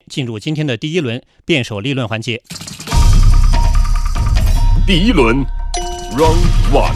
进入今天的第一轮辩手立论环节。 第一轮 Round One。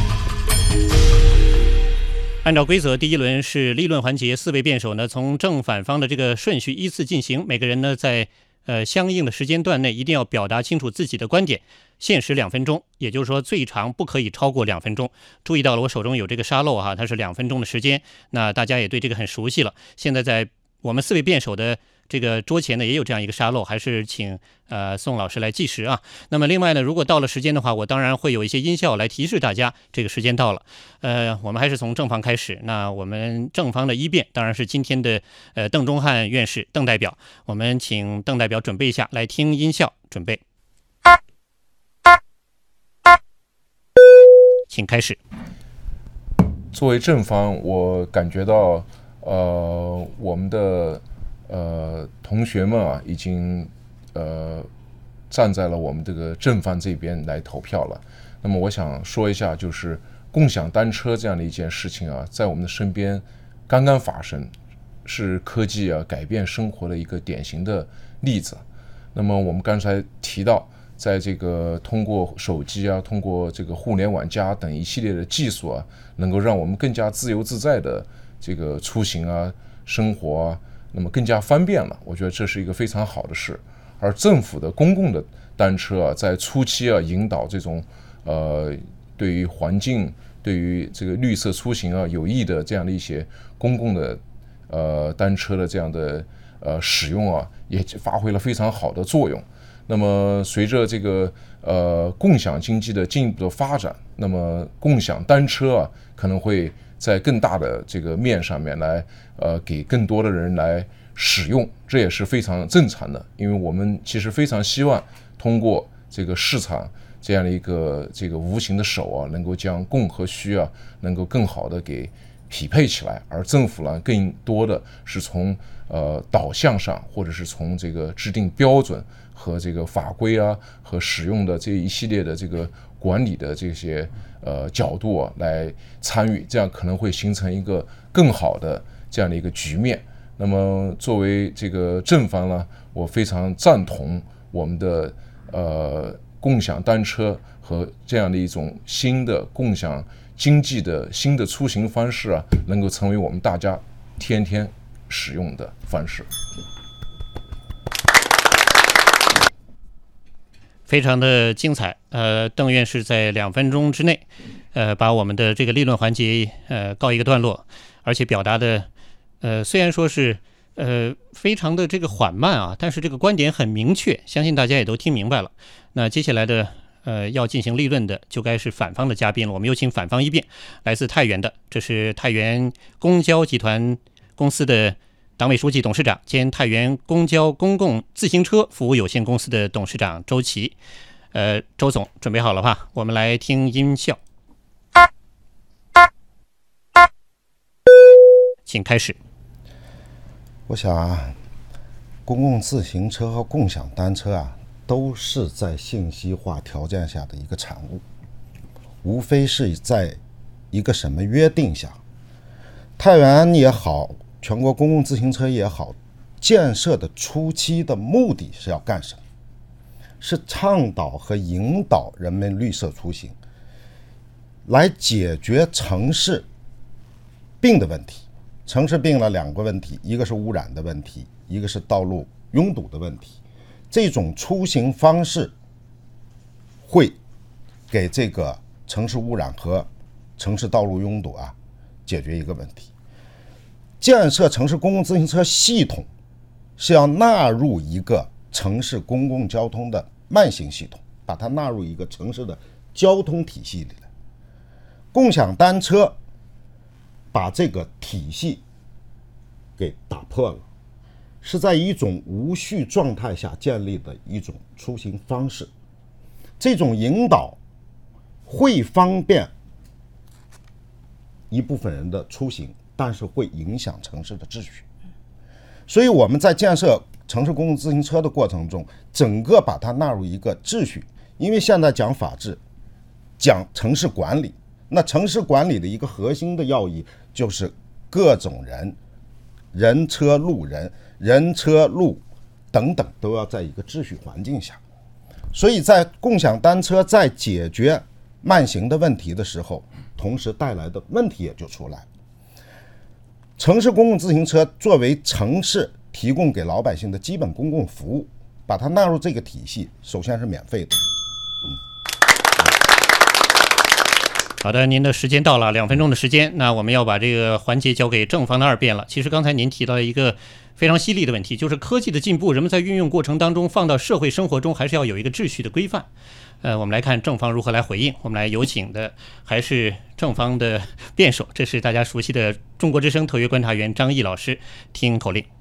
按照规则，第一轮是立论环节，4位辩手呢从正反方的这个顺序依次进行，每个人呢在相应的时间段内一定要表达清楚自己的观点，限时2分钟，也就是说最长不可以超过2分钟。注意到了，我手中有这个沙漏哈，它是2分钟的时间，那大家也对这个很熟悉了。现在在我们4位辩手的这个桌前呢也有这样一个沙漏，还是请宋老师来计时啊。那么另外呢，如果到了时间的话，我当然会有一些音效来提示大家这个时间到了。我们还是从正方开始。那我们正方的一辩当然是今天的邓中翰院士邓代表，我们请邓代表准备一下，来听音效，准备，请开始。 作为正方，我感觉到我们的同学们啊，已经站在了我们这个正方这边来投票了。那么我想说一下，就是共享单车这样的一件事情啊，在我们的身边刚刚发生，是科技啊改变生活的一个典型的例子。那么我们刚才提到，在这个通过手机啊，通过这个互联网加等一系列的技术啊，能够让我们更加自由自在的这个出行啊、生活啊，那么更加方便了。我觉得这是一个非常好的事。而政府的公共的单车啊，在初期啊引导这种对于环境、对于这个绿色出行啊有益的这样的一些公共的单车的这样的使用啊，也发挥了非常好的作用。那么随着这个共享经济的进一步的发展，那么共享单车啊可能会在更大的这个面上面来给更多的人来使用，这也是非常正常的。因为我们其实非常希望通过这个市场这样的一个这个无形的手啊，能够将供和需啊能够更好的给匹配起来，而政府呢更多的是从导向上，或者是从这个制定标准和这个法规啊和使用的这一系列的这个管理的这些角度啊来参与，这样可能会形成一个更好的这样的一个局面。那么作为这个正方呢，我非常赞同我们的共享单车和这样的一种新的共享经济的新的出行方式啊，能够成为我们大家天天使用的方式。 非常的精彩。邓院士在2分钟之内，把我们的这个立论环节告一个段落，而且表达的虽然说是非常的这个缓慢啊，但是这个观点很明确，相信大家也都听明白了。那接下来的要进行立论的就该是反方的嘉宾了。我们有请反方一辩，来自太原的，这是太原公交集团公司的党委书记、董事长兼太原公交公共自行车服务有限公司的董事长周琦。周总准备好了吧？我们来听音效，请开始。 我想啊，公共自行车和共享单车啊，都是在信息化条件下的一个产物，无非是在一个什么约定下。太原也好，全国公共自行车也好，建设的初期的目的是要干什么？是倡导和引导人们绿色出行，来解决城市病的问题。城市病了2个问题，一个是污染的问题，一个是道路拥堵的问题。这种出行方式会给这个城市污染和城市道路拥堵啊解决一个问题。建设城市公共自行车系统是要纳入一个城市公共交通的慢行系统，把它纳入一个城市的交通体系里来。共享单车把这个体系给打破了，是在一种无序状态下建立的一种出行方式。这种引导会方便一部分人的出行，但是会影响城市的秩序。所以我们在建设城市公共自行车的过程中，整个把它纳入一个秩序。因为现在讲法治，讲城市管理，那城市管理的一个核心的要义就是各种人车路人，人车路等等，都要在一个秩序环境下。所以在共享单车在解决慢行的问题的时候，同时带来的问题也就出来。城市公共自行车作为城市提供给老百姓的基本公共服务，把它纳入这个体系，首先是免费的。 好的，您的时间到了，2分钟的时间，那我们要把这个环节交给正方的2辩了。其实刚才您提到一个非常犀利的问题，就是科技的进步，人们在运用过程当中放到社会生活中，还是要有一个秩序的规范。我们来看正方如何来回应。我们来有请的还是正方的辩手，这是大家熟悉的中国之声特约观察员张毅老师，听口令，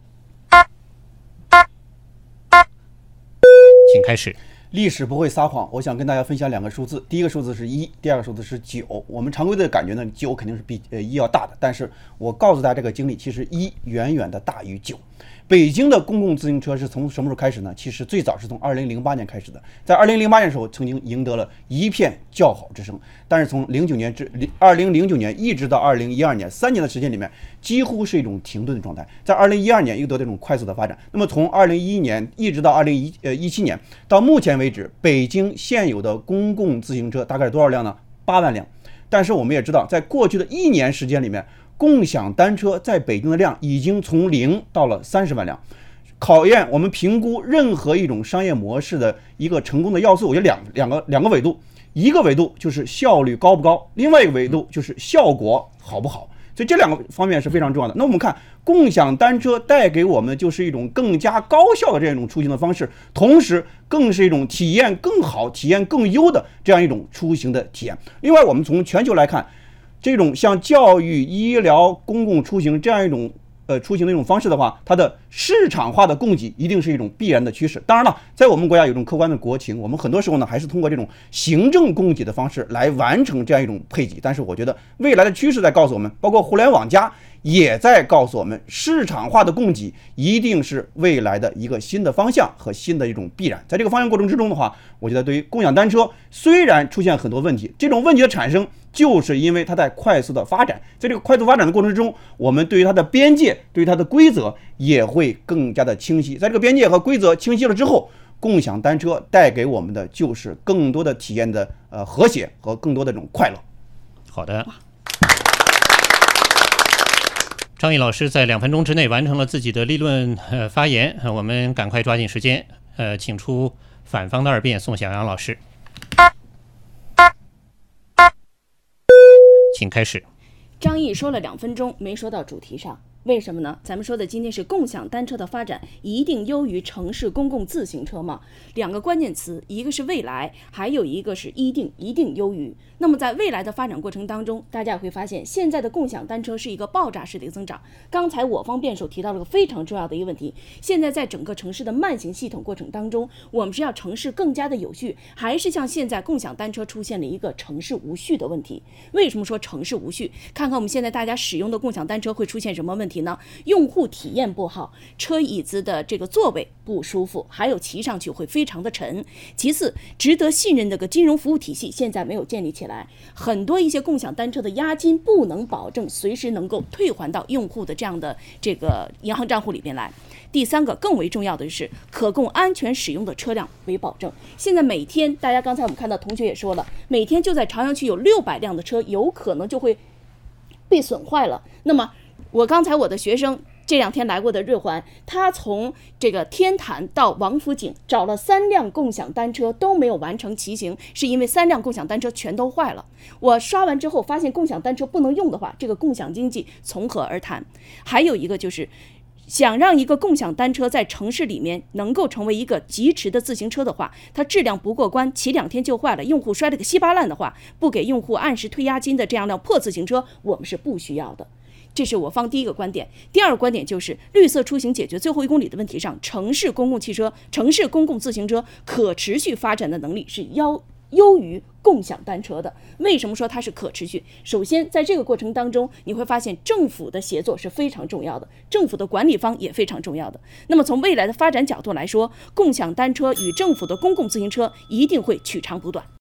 请开始。 历史不会撒谎，我想跟大家分享2个数字，第一个数字是1，第二个数字是9。我们常规的感觉呢，9肯定是比1要大的，但是我告诉大家这个经历，其实1远远的大于9。北京的公共自行车是从什么时候开始呢？其实最早是从2008年开始的，在2008年的时候曾经赢得了一片叫好之声，但是从2009年一直到2012年3年的时间里面，几乎是一种停顿的状态。在2012年又得这种快速的发展，那么从2011年一直到2017年，到目前为止，北京现有的公共自行车大概是多少辆呢？8万辆。但是我们也知道，在过去的1年时间里面，共享单车在北京的量已经从0到了30万辆。考验我们评估任何一种商业模式的一个成功的要素，我觉得两个维度，一个维度就是效率高不高，另外一个维度就是效果好不好。所以这2个方面是非常重要的。那我们看共享单车带给我们就是一种更加高效的这样一种出行的方式，同时更是一种体验更好、体验更优的这样一种出行的体验。另外，我们从全球来看，这种像教育、医疗、公共出行这样一种出行的一种方式的话，它的市场化的供给一定是一种必然的趋势。当然了，在我们国家有一种客观的国情，我们很多时候呢还是通过这种行政供给的方式来完成这样一种配给。但是我觉得未来的趋势在告诉我们，包括互联网加也在告诉我们，市场化的供给一定是未来的一个新的方向和新的一种必然。在这个方向过程之中的话，我觉得对于共享单车虽然出现很多问题，这种问题的产生就是因为它在快速的发展。在这个快速发展的过程之中，我们对于它的边界、对于它的规则也会更加的清晰。在这个边界和规则清晰了之后，共享单车带给我们的就是更多的体验的和谐和更多的这种快乐。 好的，张毅老师在2分钟之内完成了自己的立论发言，我们赶快抓紧时间，请出反方的2辩，宋小阳老师，请开始。 张毅说了2分钟，没说到主题上。为什么呢？咱们说的今天是共享单车的发展一定优于城市公共自行车吗？2个关键词，一个是未来，还有一个是一定优于。那么在未来的发展过程当中，大家会发现现在的共享单车是一个爆炸式的一个增长。刚才我方辩手提到了个非常重要的一个问题，现在在整个城市的慢行系统过程当中，我们是要城市更加的有序，还是像现在共享单车出现了一个城市无序的问题？为什么说城市无序？看看我们现在大家使用的共享单车会出现什么问题呢？用户体验不好，车椅子的这个座位不舒服，还有骑上去会非常的沉。其次，值得信任的个金融服务体系现在没有建立起来，很多一些共享单车的押金不能保证随时能够退还到用户的这样的这个银行账户里边来。第3个更为重要的是可供安全使用的车辆为保证。现在每天大家刚才我们看到同学也说了，每天就在朝阳区有600辆的车有可能就会被损坏了。那么我的学生这2天来过的日环，他从这个天坛到王府井找了3辆共享单车都没有完成骑行，是因为3辆共享单车全都坏了。我刷完之后发现共享单车不能用的话，这个共享经济从何而谈？还有一个就是想让一个共享单车在城市里面能够成为一个疾驰的自行车的话，它质量不过关，骑2天就坏了，用户摔了个稀巴烂的话，不给用户按时退押金的这样辆破自行车，我们是不需要的。这是我方第一个观点。第2个观点就是绿色出行解决最后1公里的问题上，城市公共自行车可持续发展的能力是优于共享单车的。为什么说它是可持续？首先在这个过程当中，你会发现政府的协作是非常重要的，政府的管理方也非常重要的。那么从未来的发展角度来说，共享单车与政府的公共自行车一定会取长补短。